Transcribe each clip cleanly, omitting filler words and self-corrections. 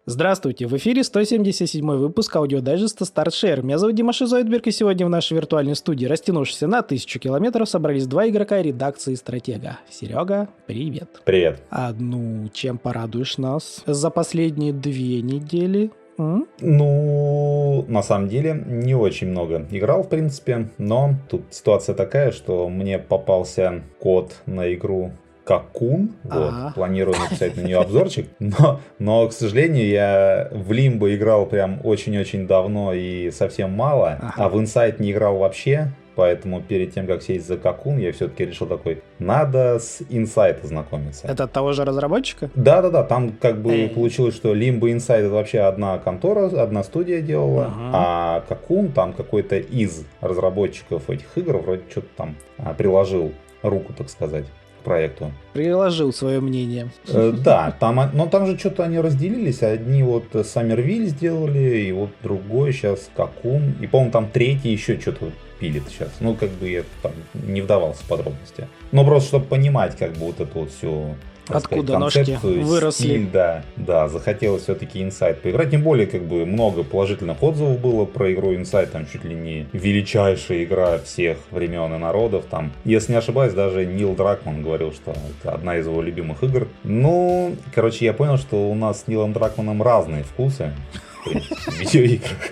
Здравствуйте, в эфире 177 выпуск аудиодайджеста StartShare. Меня зовут Дима Шизойдберг, и сегодня в нашей виртуальной студии, растянувшись на 1000 километров, собрались два игрока редакции «Стратега». Серега, привет. Привет. Чем порадуешь нас за последние 2 недели? На самом деле, не очень много играл, в принципе, но тут ситуация такая, что мне попался код на игру Cocoon, планирую написать на нее обзорчик, но, к сожалению, я в Limbo играл прям очень-очень давно и совсем мало, а в Inside не играл вообще, поэтому перед тем, как сесть за Cocoon, я все-таки решил такой, надо с Inside ознакомиться. Это от того же разработчика? Да, там как бы получилось, что Limbo и Inside это вообще одна контора, одна студия делала, а Cocoon там какой-то из разработчиков этих игр вроде что-то там приложил руку, так сказать, проекту. Приложил свое мнение. Да, но там же что-то они разделились. Одни вот Somerville сделали, и вот другой сейчас Cocoon. И, по-моему, там третий еще что-то пилит сейчас. Ну, как бы я там не вдавался в подробности. Но просто, чтобы понимать, как бы вот эту вот всю... Откуда ножки выросли. Стиль, да, захотелось все-таки Inside поиграть. Тем более, как бы много положительных отзывов было про игру Inside. Там чуть ли не величайшая игра всех времен и народов. Там, если не ошибаюсь, даже Нил Дракман говорил, что это одна из его любимых игр. Ну, короче, я понял, что у нас с Нилом Дракманом разные вкусы в видеоиграх.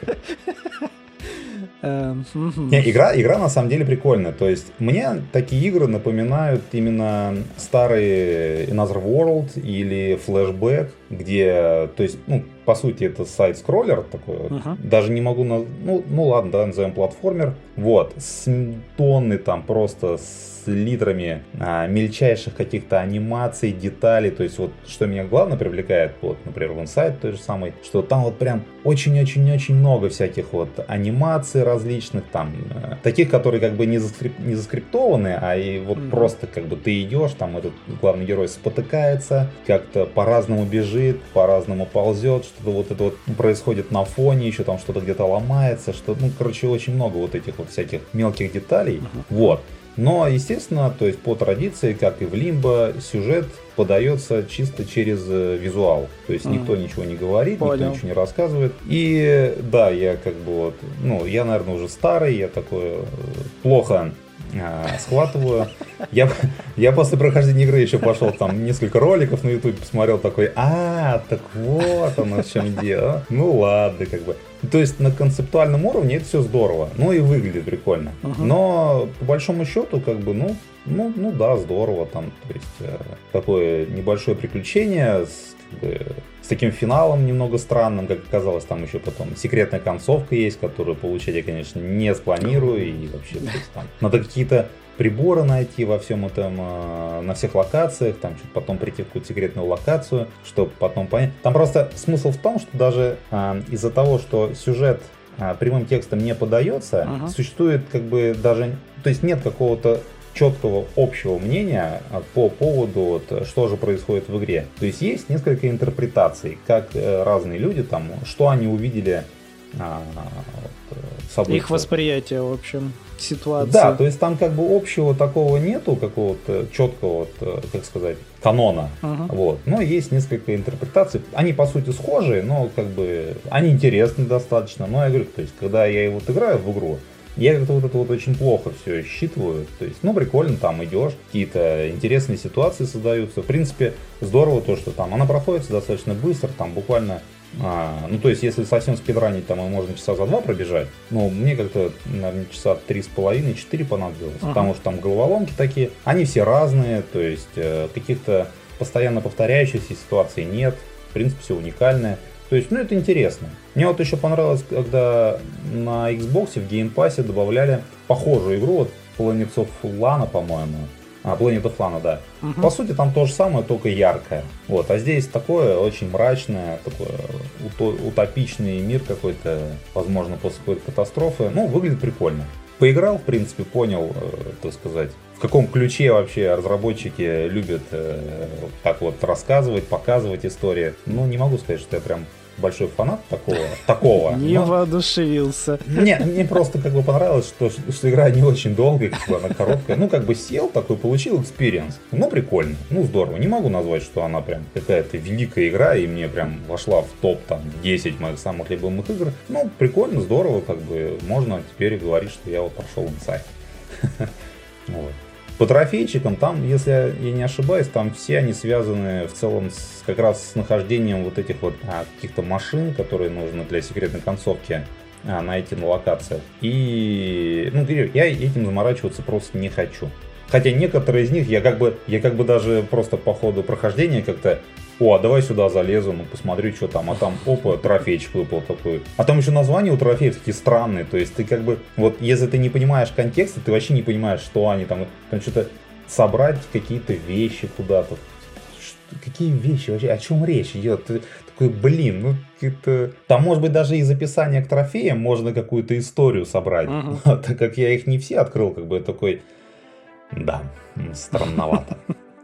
Игра на самом деле прикольная. То есть мне такие игры напоминают именно старые Another World или Flashback, где, то есть, по сути, это сайд-скроллер такой. Даже не могу ладно, давай назовем платформер. Вот, с тонны там просто с литрами мельчайших каких-то анимаций, деталей. То есть вот, что меня главное привлекает, вот, например, в Inside той же самой, что там вот прям очень-очень-очень много всяких вот анимаций различных, там, таких, которые как бы не заскриптованы, а и вот просто как бы ты идешь, там этот главный герой спотыкается, как-то по-разному бежит, по-разному ползет, что-то вот это вот происходит на фоне, еще там что-то где-то ломается, что, короче, очень много вот этих вот всяких мелких деталей, вот. Но, естественно, то есть по традиции, как и в Limbo, сюжет подается чисто через визуал. То есть никто ничего не говорит, никто ничего не рассказывает. И да, я как бы вот, я, наверное, уже старый, я такое плохо схватываю. Я после прохождения игры еще пошел там несколько роликов на YouTube, посмотрел такой, так вот оно в чем дело. Ну ладно, как бы. То есть на концептуальном уровне это все здорово, и выглядит прикольно. Но по большому счету, как бы, да, здорово там, то есть такое небольшое приключение с таким финалом немного странным, как оказалось, там еще потом секретная концовка есть, которую получать я, конечно, не спланирую, и вообще, то есть, там надо какие-то приборы найти во всем этом, на всех локациях, там что-то потом прийти в какую-то секретную локацию, чтобы потом понять. Там просто смысл в том, что даже из-за того, что сюжет прямым текстом не подается, существует как бы даже, то есть нет какого-то четкого общего мнения по поводу, что же происходит в игре. То есть есть несколько интерпретаций, как разные люди там, что они увидели события. Их восприятие, в общем, ситуации. Да, то есть там как бы общего такого нету, какого-то четкого, как сказать, канона. Вот. Но есть несколько интерпретаций. Они по сути схожие, но как бы они интересны достаточно. Но я говорю, то есть когда я вот играю в игру, я как-то вот это вот очень плохо все считываю. То есть, прикольно, там идешь, какие-то интересные ситуации создаются. В принципе, здорово то, что там она проходится достаточно быстро, там буквально, то есть, если совсем спидранить, там можно часа за 2 пробежать. Но мне как-то, наверное, часа 3,5-4 понадобилось. Потому что там головоломки такие, они все разные, то есть, каких-то постоянно повторяющихся ситуаций нет. В принципе, все уникальное. То есть, это интересно. Мне вот еще понравилось, когда на Xbox в Game Pass добавляли похожую игру, вот Planet of Lana, по-моему. Planet of Lana, да. По сути, там то же самое, только яркое. Вот, а здесь такое очень мрачное, такой утопичный мир какой-то, возможно, после какой-то катастрофы. Выглядит прикольно. Поиграл, в принципе, понял, так сказать, в каком ключе вообще разработчики любят так вот рассказывать, показывать истории. Не могу сказать, что я прям большой фанат такого. Не воодушевился. Мне просто как бы понравилось, что игра не очень долгая, как бы она короткая. Ну, как бы сел, такой получил экспириенс. Ну, прикольно, ну, здорово. Не могу назвать, что она прям какая-то великая игра, и мне прям вошла в топ там 10 моих самых любимых игр. Ну, прикольно, здорово, как бы можно теперь говорить, что я вот прошел инсайд. Вот. По трофейчикам, там, если я не ошибаюсь, там все они связаны в целом как раз с нахождением вот этих вот каких-то машин, которые нужны для секретной концовки найти на локациях. И, ну, я этим заморачиваться просто не хочу. Хотя некоторые из них я как бы даже просто по ходу прохождения как-то: о, давай сюда залезу, ну посмотрю, что там. А там, опа, трофейчик выпал такой. А там еще названия у трофеев такие странные. То есть ты как бы, вот если ты не понимаешь контекста, ты вообще не понимаешь, что они там что-то собрать, какие-то вещи куда-то. Какие вещи вообще? О чем речь идет? Ты такой, блин, ну это... Там, может быть, даже из описания к трофеям можно какую-то историю собрать. А так как я их не все открыл, как бы такой... Да, странновато.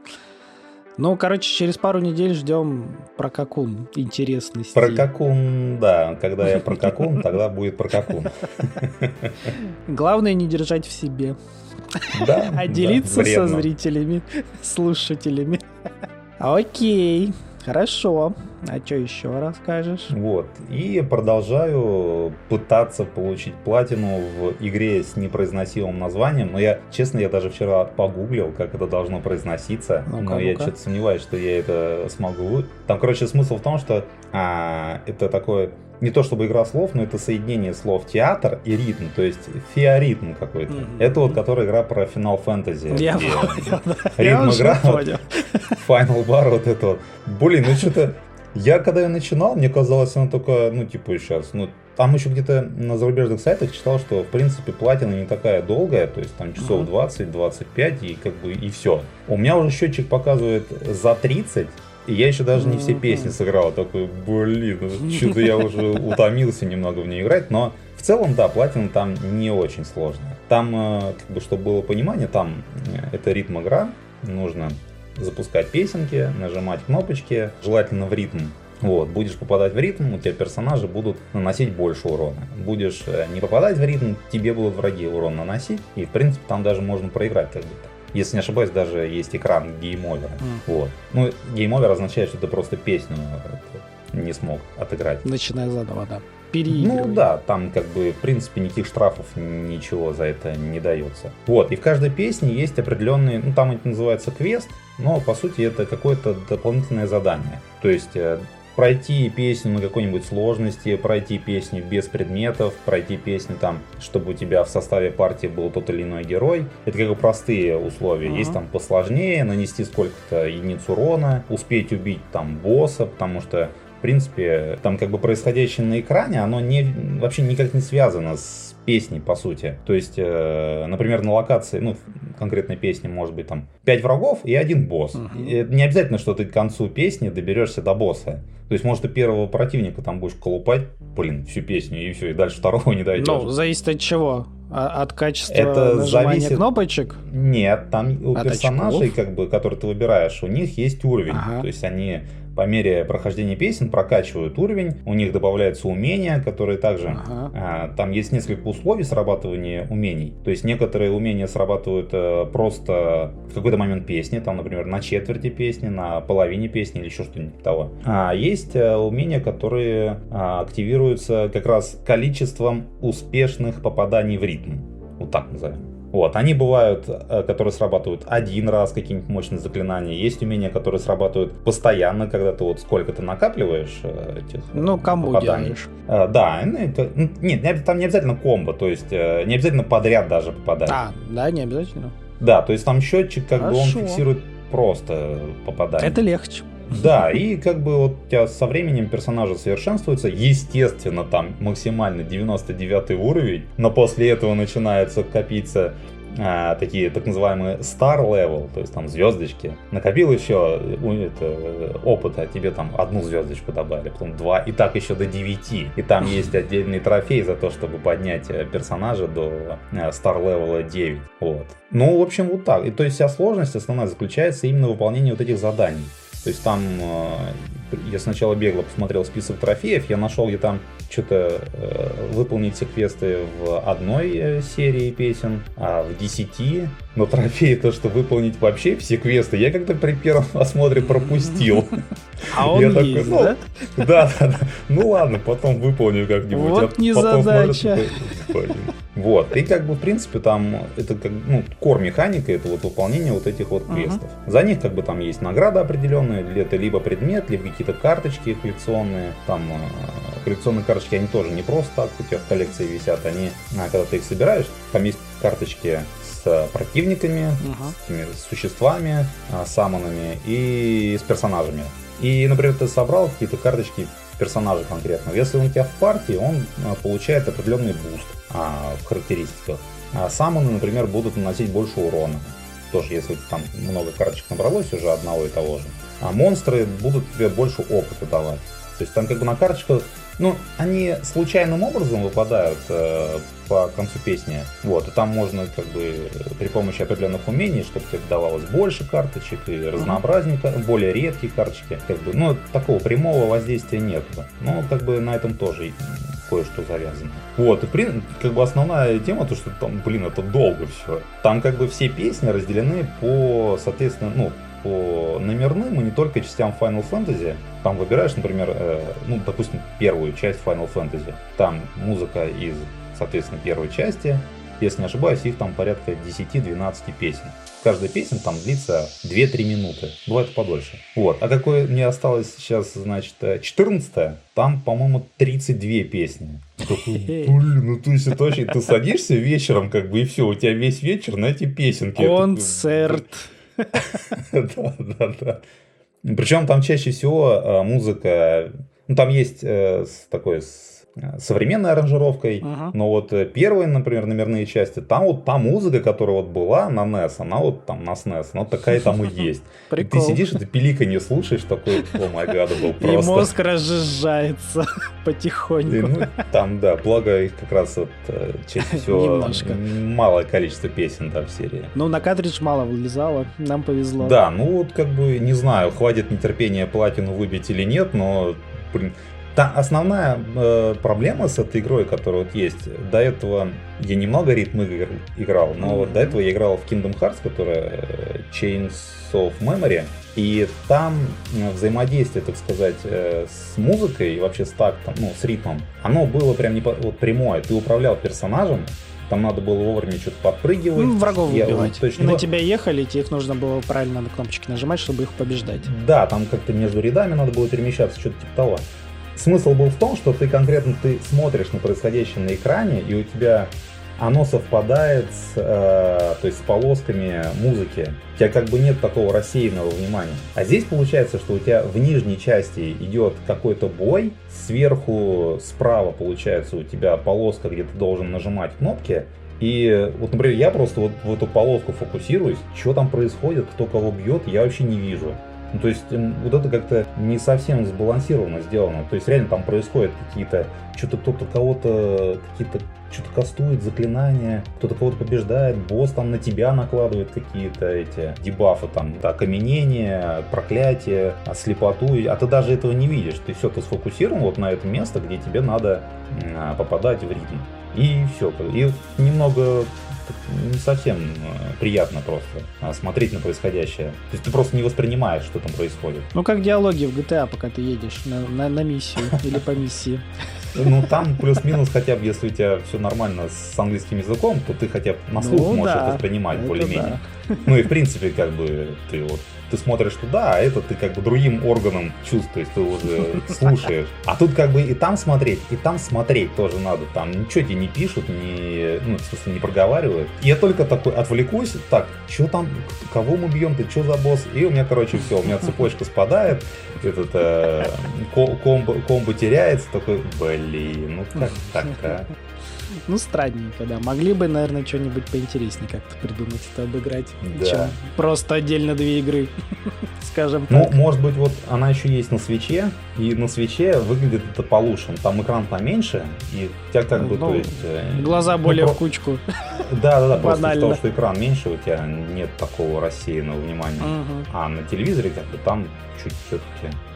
Ну, короче, через пару недель ждем про Какун интересности. Про Какун, да. Когда я про Какун, тогда будет про Какун. Главное не держать в себе. Да, а делиться со зрителями, слушателями. Окей, хорошо. А что еще расскажешь? Вот. И продолжаю пытаться получить платину в игре с непроизносимым названием. Но я, честно, я даже вчера погуглил, как это должно произноситься. Но я что-то сомневаюсь, что я это смогу. Там, короче, смысл в том, что это такое... Не то чтобы игра слов, но это соединение слов театр и ритм, то есть феоритм какой-то. Это вот которая игра про Final Fantasy. Я понял, да. Ритм игра, Final Bar, вот это вот. Блин, ну что-то... Я когда я начинал, мне казалось, она только, ну типа сейчас, ну там еще где-то на зарубежных сайтах читал, что в принципе платина не такая долгая, то есть там часов 20-25 и как бы и все. У меня уже счетчик показывает за 30. И я еще даже не все песни сыграл. Такой, блин, что-то я уже утомился немного в нее играть. Но в целом, да, платина там не очень сложная. Там, как бы, чтобы было понимание, там это ритм игра. Нужно запускать песенки, нажимать кнопочки, желательно в ритм. Вот, будешь попадать в ритм, у тебя персонажи будут наносить больше урона. Будешь не попадать в ритм, тебе будут враги урон наносить. И, в принципе, там даже можно проиграть как будто. Если не ошибаюсь, даже есть экран гейм-овера. Вот. Ну, гейм-овер означает, что ты просто песню не смог отыграть. Начиная заново, да. Ну да, там как бы в принципе никаких штрафов, ничего за это не дается. Вот, и в каждой песне есть определенные, ну там это называется квест, но по сути это какое-то дополнительное задание. То есть... пройти песню на какой-нибудь сложности, пройти песню без предметов, пройти песню там, чтобы у тебя в составе партии был тот или иной герой. Это как бы простые условия. Есть там посложнее, нанести сколько-то единиц урона, успеть убить там босса, потому что в принципе там как бы происходящее на экране, оно вообще никак не связано с песней, по сути. То есть, например, на локации, ну, в конкретной песне может быть там 5 врагов и 1 босс. И не обязательно, что ты к концу песни доберешься до босса. То есть, может, ты первого противника там будешь колупать, всю песню, и все, и дальше второго не дойдешь. Ну, зависит от чего? От качества нажимания кнопочек? Нет, там у персонажей, как бы, которые ты выбираешь, у них есть уровень. То есть, они по мере прохождения песен прокачивают уровень, у них добавляются умения, которые также... там есть несколько условий срабатывания умений. То есть, некоторые умения срабатывают просто в какой-то момент песни, там, например, на четверти песни, на половине песни или еще что-нибудь того. А есть умения, которые активируются как раз количеством успешных попаданий в ритм. Вот так назовем. Вот, они бывают, которые срабатывают один раз, какие-нибудь мощные заклинания. Есть умения, которые срабатывают постоянно, когда ты вот сколько-то накапливаешь этих комбо попаданий. Да, нет, там не обязательно комбо, то есть не обязательно подряд даже попадать. Да, не обязательно. Да, то есть там счетчик, как бы он фиксирует просто попадание. Это легче. Да, и как бы вот у тебя со временем персонажи совершенствуются. Естественно, там максимально 99 уровень, но после этого начинается копиться такие так называемые star level, то есть там звездочки. Накопил еще опыта, тебе там 1 звездочку добавили, потом 2, и так еще до 9. И там есть отдельный трофей за то, чтобы поднять персонажа до star level 9. Вот. Ну, в общем, вот так. И то есть вся сложность основная заключается именно в выполнении вот этих заданий. То есть там я сначала бегло посмотрел список трофеев, я нашел, где там что-то выполнить все квесты в одной серии песен, а в 10. Но трофеи то, что выполнить вообще все квесты, я как-то при первом осмотре пропустил. А он есть, да? Да. Ну ладно, потом выполню как-нибудь. Вот незадача. Вот, и как бы в принципе там это как, ну, кор-механика, это вот выполнение вот этих вот квестов. За них как бы там есть награды определенные, это либо предмет, либо какие-то карточки коллекционные. Там коллекционные карточки, они тоже не просто так у тебя в коллекции висят, они, когда ты их собираешь, там есть карточки с противниками, с этими существами, саммонами и с персонажами. И, например, ты собрал какие-то карточки персонажа конкретного. Если он у тебя в партии, он получает определенный буст в характеристиках. А саммоны, например, будут наносить больше урона. Тоже, если там много карточек набралось уже одного и того же. А монстры будут тебе больше опыта давать. То есть там как бы на карточках, ну, они случайным образом выпадают по концу песни. Вот, и там можно как бы при помощи определенных умений, чтобы тебе давалось больше карточек и разнообразнее, более редкие карточки. Как бы, ну, такого прямого воздействия нет. Но как бы на этом тоже кое-что завязано. Вот, и как бы основная тема, то, что там, блин, это долго все. Там как бы все песни разделены по, соответственно, ну, по номерным и не только частям Final Fantasy. Там выбираешь, например, ну, допустим, первую часть Final Fantasy. Там музыка из, соответственно, первой части. Если не ошибаюсь, их там порядка 10-12 песен. Каждая песня там длится 2-3 минуты. Бывает подольше. Вот. А какое мне осталось сейчас, значит, 14-е, там, по-моему, 32 песни. Блин, ну то есть это вообще, ты садишься вечером, как бы, и все, у тебя весь вечер на эти песенки. Концерт. Да. Причем там чаще всего музыка, ну там есть такой современной аранжировкой, но вот первые, например, номерные части, там вот та музыка, которая вот была на NES, она вот там на SNES, она вот такая там и есть. И ты сидишь, и ты пиликанье слушаешь, такой, о май гад, был просто. И мозг разжижается потихоньку. Ну, там, да, благо их как раз вот чаще всего малое количество песен, да, в серии. Ну, на картридж мало вылезало, нам повезло. Да, ну вот как бы, не знаю, хватит нетерпения платину выбить или нет, но, блин, основная проблема с этой игрой, которая вот есть, до этого я немного ритм игр играл, но вот до этого я играл в Kingdom Hearts, которая Chains of Memory, и там взаимодействие, так сказать, с музыкой и вообще с тактом, ну, с ритмом, оно было прям вот прямое. Ты управлял персонажем, там надо было вовремя что-то подпрыгивать. Ну, врагов убивать. И на тебя ехали, тебе их нужно было правильно на кнопочки нажимать, чтобы их побеждать. Да, там как-то между рядами надо было перемещаться, что-то типа того. Смысл был в том, что ты конкретно смотришь на происходящее на экране, и у тебя оно совпадает то есть с полосками музыки. У тебя как бы нет такого рассеянного внимания. А здесь получается, что у тебя в нижней части идет какой-то бой, сверху справа получается у тебя полоска, где ты должен нажимать кнопки. И вот, например, я просто вот в эту полоску фокусируюсь, что там происходит, кто кого бьет, я вообще не вижу. Ну, то есть вот это как-то не совсем сбалансированно сделано. То есть реально там происходят какие-то, что-то кто-то кого-то, какие-то, что-то кастует, заклинания, кто-то кого-то побеждает, босс там на тебя накладывает какие-то эти дебафы, там, окаменение, проклятие, слепоту, а ты даже этого не видишь. Ты все, ты сфокусирован вот на это место, где тебе надо попадать в ритм. И все. И немного не совсем приятно просто смотреть на происходящее. То есть ты просто не воспринимаешь, что там происходит. Ну, как диалоги в GTA, пока ты едешь на миссию или по миссии. Ну, там плюс-минус хотя бы, если у тебя все нормально с английским языком, то ты хотя бы на слух можешь это воспринимать более-менее. Да. Ну и в принципе, как бы, ты смотришь туда, а это ты как бы другим органом чувствуешь, ты уже слушаешь. А тут как бы и там смотреть тоже надо. Там ничего тебе не пишут, ну, в смысле, не проговаривают. Я только такой отвлекусь, так, что там, кого мы бьем, ты что за босс? И у меня, короче, все, у меня цепочка спадает, комбо теряется, такой, блин, ну как так, а? Ну, странненько, да. Могли бы, наверное, что-нибудь поинтереснее как-то придумать это обыграть, чем просто отдельно две игры, скажем так. Ну, может быть, вот она еще есть на свече, и на свече выглядит это получше. Там экран поменьше, и у тебя как бы, то есть... Глаза более в кучку. Да, просто из-за того, что экран меньше, у тебя нет такого рассеянного внимания. А на телевизоре как бы там чуть все-таки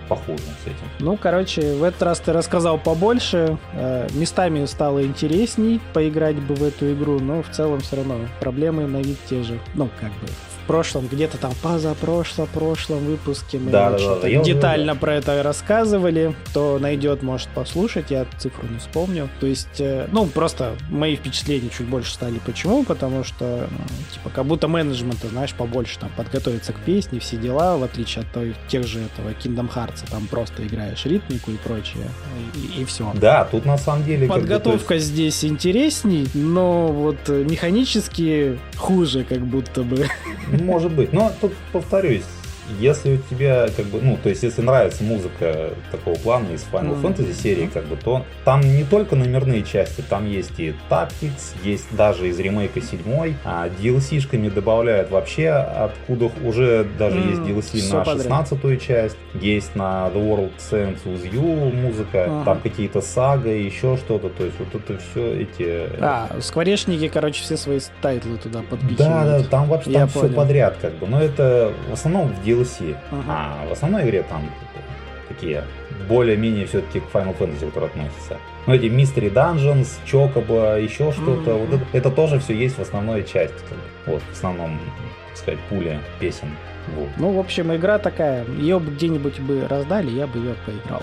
похоже с этим. Ну, короче, в этот раз ты рассказал побольше, местами стало интересней поиграть бы в эту игру, но в целом все равно проблемы на вид те же. Ну, как бы в прошлом, где-то там прошлом выпуске мы детально про это рассказывали. Кто найдет, может послушать, я цифру не вспомню. То есть, ну, просто мои впечатления чуть больше стали. Почему? Потому что, типа, как будто менеджмента, знаешь, побольше там подготовиться к песне, все дела, в отличие от тех же этого Kingdom Hearts, там просто играешь ритмику и прочее, и все. Да, тут на самом деле... Подготовка здесь интересней, но вот механически хуже, как будто бы. Может быть, но тут повторюсь, если у тебя, как бы, ну, то есть, если нравится музыка такого плана из Final Fantasy серии, как бы, то там не только номерные части, там есть и Tactics, есть даже из ремейка 7, а DLC-шками добавляют вообще, откуда уже даже есть DLC на 16-ю часть, есть на The World Ends With You музыка, там какие-то сага и еще что-то, то есть, вот это все эти... скворечники, короче, все свои тайтлы туда подпихивают. Да, там вообще там все подряд, как бы, но это в основном в DLC. А в основной игре там такие более-менее все-таки к Final Fantasy относятся. Ну, эти Mystery Dungeons, Chocobo, еще что-то. Вот это тоже все есть в основной части. Вот, в основном, так сказать, пуле песен. Вот. Ну, в общем, игра такая. Ее бы где-нибудь бы раздали, я бы ее поиграл.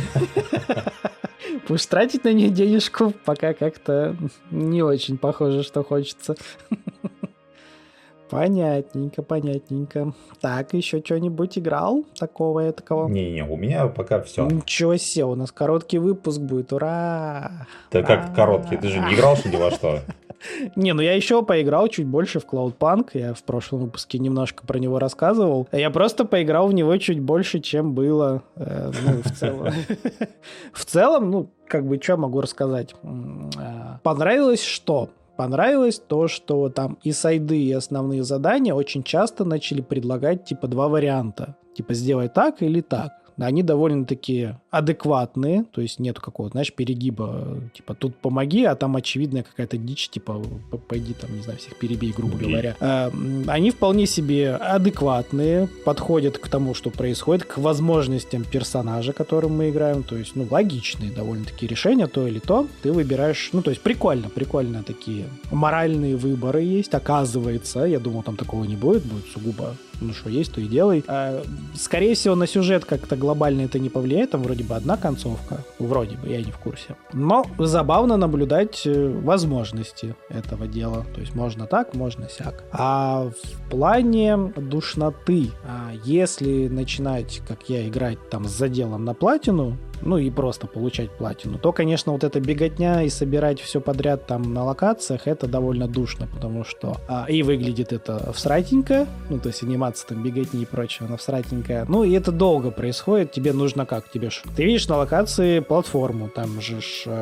Пусть тратить на нее денежку пока как-то не очень похоже, что хочется. Понятненько. Так, еще что-нибудь играл такого? Не, у меня пока все. Ничего себе, у нас короткий выпуск будет, ура! Да как короткий? Ты же не играл ни во что? Не, ну я еще поиграл чуть больше в Cloudpunk, я в прошлом выпуске немножко про него рассказывал. Я просто поиграл в него чуть больше, чем было, ну, в целом. В целом, ну, как бы, что могу рассказать? Понравилось что? Понравилось то, что там и сайды, и основные задания очень часто начали предлагать, типа, два варианта. Типа, сделай так или так. Они довольно-таки адекватные, то есть нету какого-то, знаешь, перегиба, типа, тут помоги, а там очевидная какая-то дичь, типа, пойди там, не знаю, всех перебей, грубо говоря. Они вполне себе адекватные, подходят к тому, что происходит, к возможностям персонажа, которым мы играем, то есть, ну, логичные довольно-таки решения, то или то, ты выбираешь, ну, то есть, прикольно такие моральные выборы есть, оказывается, я думал, там такого не будет сугубо, ну, что есть, то и делай. Скорее всего, на сюжет как-то глобально это не повлияет, там вроде бы одна концовка, вроде бы, я не в курсе. Но забавно наблюдать возможности этого дела, то есть можно так, можно сяк. А в плане душноты, если начинать, как я, играть там с заделом на платину, ну и просто получать платину, то, конечно, вот эта беготня и собирать все подряд там на локациях, это довольно душно, потому что и выглядит это всратенько, ну, то есть анимация там беготни и прочее, она всратенькая, ну, и это долго происходит, тебе нужно как? Ты видишь на локации платформу, там же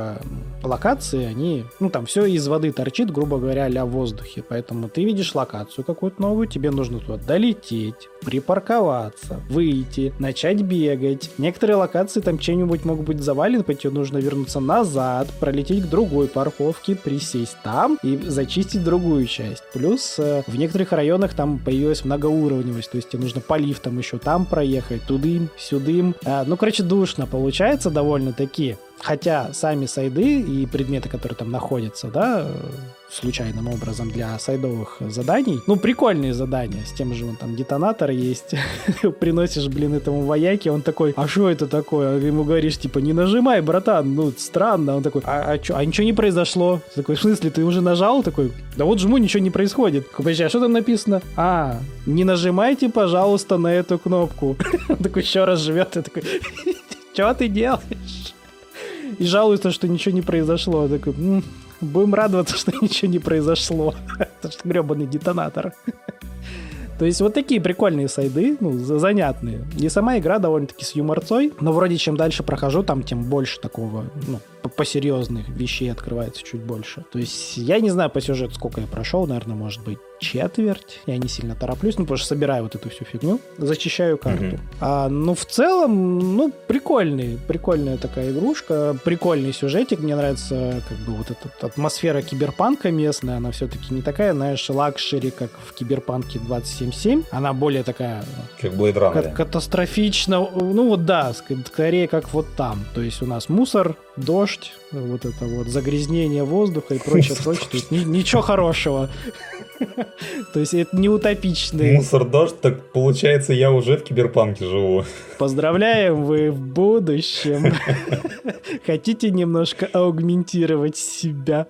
локации, они, ну, там все из воды торчит, грубо говоря, а-ля в воздухе, поэтому ты видишь локацию какую-то новую, тебе нужно туда долететь, припарковаться, выйти, начать бегать. Некоторые локации там что-нибудь могут быть завалены, поэтому нужно вернуться назад, пролететь к другой парковке, присесть там и зачистить другую часть. Плюс в некоторых районах там появилась многоуровневость, то есть тебе нужно по лифтам еще там проехать, тудым, сюдым. Ну, короче, душно получается довольно-таки. Хотя сами сайды и предметы, которые там находятся, да, случайным образом для сайдовых заданий, ну, прикольные задания, с тем же вон там детонатор есть, приносишь, этому вояке, он такой, а что это такое? А ему говоришь, типа, не нажимай, братан, ну, странно, он такой, а ничего не произошло? Ты такой, в смысле, ты уже нажал? Такой, да вот жму, ничего не происходит. Подожди, а что там написано? Не нажимайте, пожалуйста, на эту кнопку. Он такой еще раз живет, и такой, что ты делаешь? И жалуется, что ничего не произошло. Я такой, будем радоваться, что ничего не произошло. Это же гребаный детонатор. То есть вот такие прикольные сайды, ну, занятные. И сама игра довольно-таки с юморцой, но вроде чем дальше прохожу, там тем больше такого, ну, посерьезных вещей открывается чуть больше. То есть я не знаю по сюжету, сколько я прошел, наверное, может быть, четверть. Я не сильно тороплюсь, потому что собираю вот эту всю фигню, зачищаю карту. Ну, в целом, прикольная такая игрушка, прикольный сюжетик. Мне нравится как бы вот эта атмосфера киберпанка местная. Она все-таки не такая, знаешь, лакшери, как в Киберпанке 27.7. Она более такая... Как Blade Runner. Катастрофично. Ну, вот да, скорее как вот там. То есть у нас мусор, дождь, вот это вот загрязнение воздуха и прочее. То есть ничего хорошего. То есть это не утопичный. Мусор, дождь, так получается, я уже в Киберпанке живу. Поздравляем, вы в будущем. Хотите немножко аугментировать себя?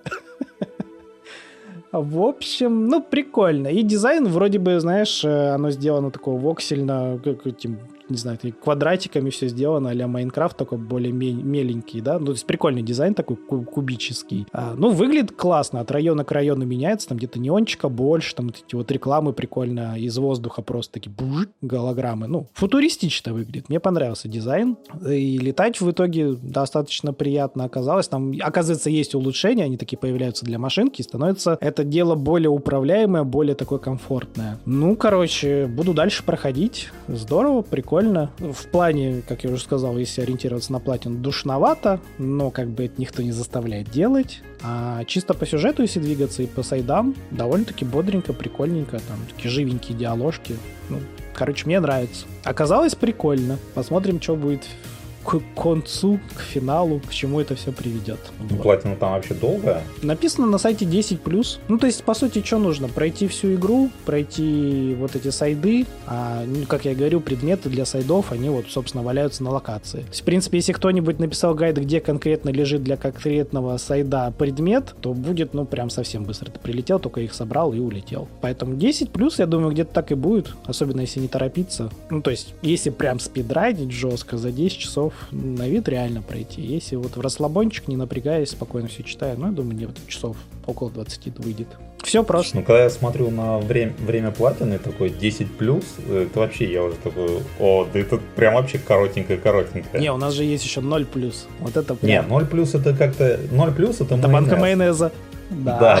В общем, ну, прикольно. И дизайн вроде бы, знаешь, оно сделано такого воксельно, как этим, не знаю, квадратиками все сделано, а-ля Майнкрафт, такой более меленький, да? Ну, то есть прикольный дизайн такой кубический. Ну, выглядит классно, от района к району меняется, там где-то неончика больше, там эти вот рекламы прикольно из воздуха просто такие голограммы. Ну, футуристично выглядит. Мне понравился дизайн. И летать в итоге достаточно приятно оказалось. Там, оказывается, есть улучшения, они такие появляются для машинки, и становится это дело более управляемое, более такое комфортное. Ну, короче, буду дальше проходить. Здорово, прикольно. В плане, как я уже сказал, если ориентироваться на платину, душновато, но как бы это никто не заставляет делать. А чисто по сюжету, если двигаться и по сайдам, довольно-таки бодренько, прикольненько. Там такие живенькие диаложки. Ну, короче, мне нравится. Оказалось прикольно. Посмотрим, что будет к концу, к финалу, к чему это все приведет. Вот. Платина там вообще долгая? Написано на сайте 10+. Ну, то есть, по сути, что нужно? Пройти всю игру, пройти вот эти сайды, как я говорю, предметы для сайдов, они вот, собственно, валяются на локации. То есть, в принципе, если кто-нибудь написал гайд, где конкретно лежит для конкретного сайда предмет, то будет, ну, прям совсем быстро. Ты прилетел, только их собрал и улетел. Поэтому 10+, я думаю, где-то так и будет, особенно если не торопиться. Ну, то есть, если прям спидранить жестко, за 10 часов на вид реально пройти. Если вот в расслабончик, не напрягаясь, спокойно все читаю, ну, я думаю, где-то часов около 20 выйдет. Все просто. Ну, когда я смотрю на время платины, такой 10+, это вообще я уже такой, да это прям вообще коротенькое. Не, у нас же есть еще 0+. Вот это прям... Не, 0+ это как-то... 0+ это майонез. Банка майонеза. Да.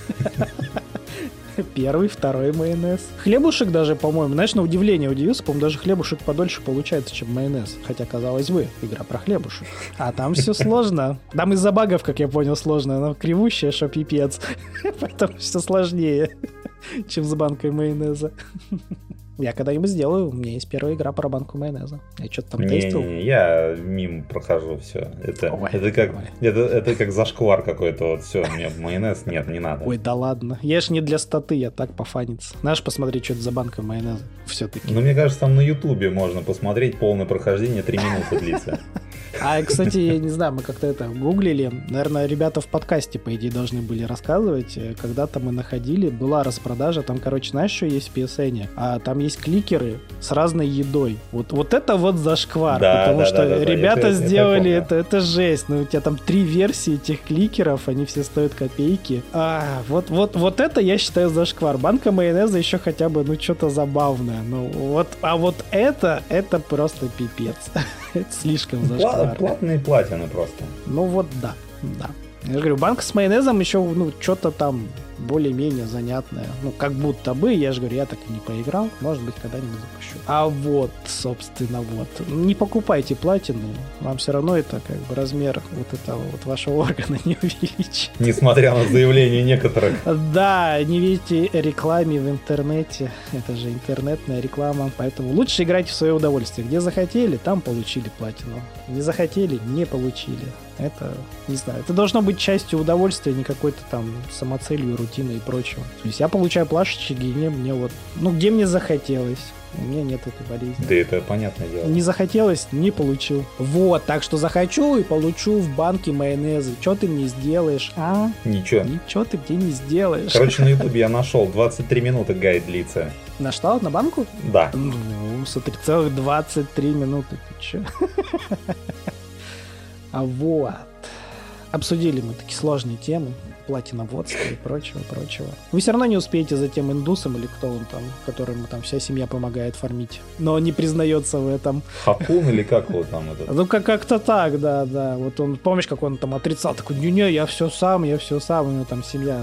Первый, второй майонез. Хлебушек даже, по-моему, знаешь, на удивление удивился, по-моему, даже хлебушек подольше получается, чем майонез. Хотя, казалось бы, игра про хлебушек. А там все сложно. Там из-за багов, как я понял, сложно. Она кривущая, что пипец. Поэтому все сложнее, чем с банкой майонеза. Я когда-нибудь сделаю. У меня есть первая игра про банку майонеза. Я что-то там тестил. Я мимо прохожу все. Это как зашквар какой-то. Вот все, мне майонез нет, не надо. Ой, да ладно. Я ж не для статы, я так пофаниться. Знаешь, посмотреть, что это за банка майонеза. Все-таки. Ну, мне кажется, там на Ютубе можно посмотреть полное прохождение, 3 минуты длится. А, кстати, я не знаю, мы как-то это гуглили. Наверное, ребята в подкасте, по идее, должны были рассказывать. Когда-то мы находили, была распродажа. Там, короче, знаешь, что есть в PSN? Там есть кликеры с разной едой. Вот это вот зашквар. Да, потому что ребята сделали это жесть. Ну, у тебя там 3 версии этих кликеров, они все стоят копейки. Вот это я считаю зашквар. Банка майонеза еще хотя бы, ну, что-то забавное. Ну, вот это просто пипец. Это слишком зашквар. Платные платины просто. Ну вот да. Я же говорю, банка с майонезом еще, ну, что-то там более-менее занятное. Ну, как будто бы, я же говорю, я так и не поиграл. Может быть, когда-нибудь запущу. А вот, собственно, вот. Не покупайте платину. Вам все равно это как бы размер вот этого вот вашего органа не увеличит. Несмотря на заявления некоторых. Да, не верьте рекламе в интернете. Это же интернетная реклама. Поэтому лучше играйте в свое удовольствие. Где захотели, там получили платину. Не захотели, не получили. Это, не знаю, это должно быть частью удовольствия, не какой-то там самоцелью, рутиной и прочего. То есть я получаю плашечки, где мне вот... Ну, где мне захотелось. У меня нет этой болезни. Да это понятное дело. Не захотелось, не получил. Вот, так что захочу и получу в банке майонеза. Что ты мне сделаешь, а? Ничего. Ничего ты где не сделаешь. Короче, на ютубе я нашел 23 минуты гайд длится. На что? На банку? Да. Ну, смотри, целых 23 минуты. Ты че? А вот. Обсудили мы такие сложные темы, платиноводство и прочего. Вы все равно не успеете за тем индусом или кто он там, которому там вся семья помогает фармить, но он не признается в этом. Хакун или как вот там это? Ну, как-то так, да. Вот он, помнишь, как он там отрицал, такой, не, я все сам, у него там семья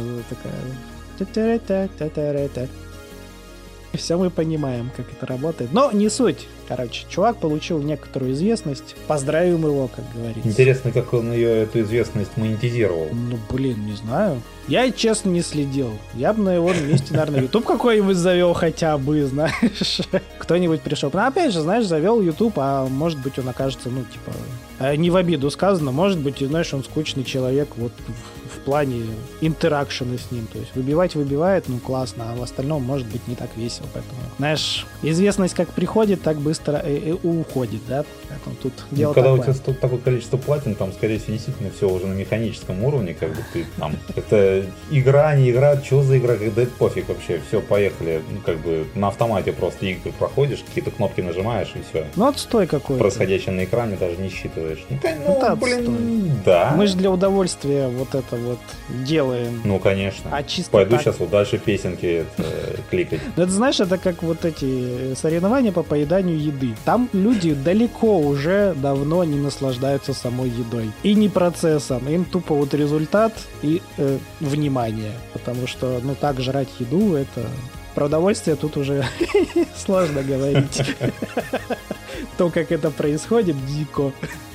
такая... Все мы понимаем, как это работает. Но не суть. Короче, чувак получил некоторую известность. Поздравим его, как говорится. Интересно, как он эту известность монетизировал. Ну, блин, не знаю. Я, честно, не следил. Я бы на его месте, наверное, YouTube какой-нибудь завел хотя бы, знаешь. Кто-нибудь пришел. Но опять же, знаешь, завел YouTube, а может быть он окажется, ну, типа, не в обиду сказано, может быть, знаешь, он скучный человек вот в плане интеракшена с ним. То есть выбивает, ну, классно, а в остальном может быть не так весело. Поэтому, знаешь, известность как приходит, так быстро и уходит, да? Поэтому тут дело когда такое. у тебя такое количество платин, там, скорее всего, действительно все уже на механическом уровне, как бы ты там, это игра, не игра, что за игра, когда это пофиг вообще, все, поехали, ну, как бы на автомате просто игры проходишь, какие-то кнопки нажимаешь и все. Ну, отстой какой-то. Происходящее на экране даже не считываешь. Это блин, отстой. да. Мы же для удовольствия вот это вот делаем. Ну, конечно. А чисто пойду так... сейчас вот дальше песенки кликать. Ну, это, знаешь, это как вот эти соревнования по поеданию еды. Там люди далеко уже давно не наслаждаются самой едой. И не процессом. Им тупо вот результат и внимание. Потому что, ну, так жрать еду, это... Про удовольствие тут уже сложно говорить. То, как это происходит, дико.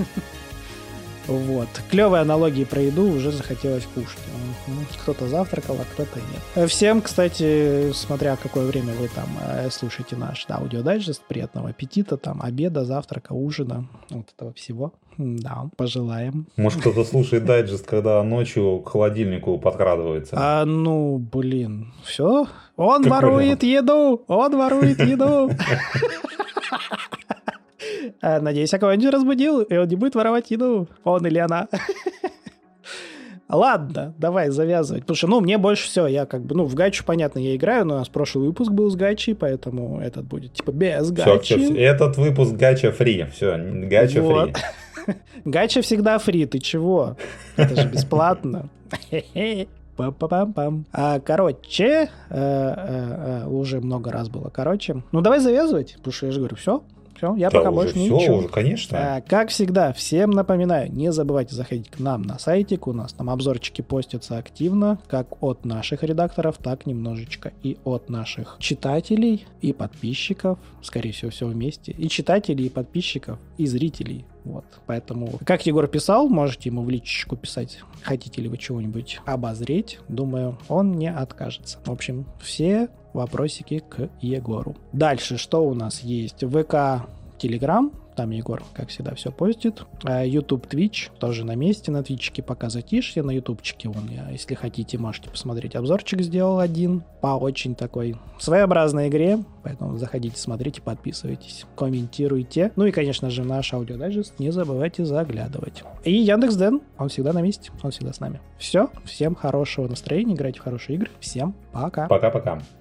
Вот. Клевые аналогии про еду, уже захотелось кушать. Кто-то завтракал, а кто-то нет. Всем, кстати, смотря какое время вы там слушаете наш аудиодайджест, приятного аппетита, там, обеда, завтрака, ужина, вот этого всего. Да, пожелаем. Может, кто-то слушает дайджест, когда ночью к холодильнику подкрадывается. Ну, блин, все. Он ворует еду! Он ворует еду! Надеюсь, я кого-нибудь разбудил, и он не будет воровать еду. Он или она. Ладно, давай завязывать. Потому что, ну, мне больше всего, я как бы, ну, в гачу, понятно, я играю, но у нас прошлый выпуск был с гачей, поэтому этот будет, типа, без гачи. Все. Этот выпуск гача фри. Все, гача фри. Гача всегда фри, ты чего? Это же бесплатно. Пам-пам-пам. Короче, уже много раз было. Короче, ну, давай завязывать, потому что я же говорю, все, я пока больше ничего. Все, уже, конечно. Как всегда, всем напоминаю, не забывайте заходить к нам на сайтик, у нас там обзорчики постятся активно, как от наших редакторов, так немножечко и от наших читателей и подписчиков, скорее всего, все вместе, и читателей, и подписчиков, и зрителей. Вот, поэтому, как Егор писал, можете ему в личечку писать, хотите ли вы чего-нибудь обозреть, думаю, он не откажется. В общем, все вопросики к Егору. Дальше, что у нас есть? ВК, Телеграм, там Егор, как всегда, все постит. YouTube, Twitch, тоже на месте, на Твичке пока затишье, на ютубчике вон я, если хотите, можете посмотреть, обзорчик сделал один по очень такой своеобразной игре, поэтому заходите, смотрите, подписывайтесь, комментируйте. Ну и, конечно же, наш аудиодайджест не забывайте заглядывать. И Яндекс.Дзен, он всегда на месте, он всегда с нами. Все, всем хорошего настроения, играйте в хорошие игры, всем пока. Пока-пока.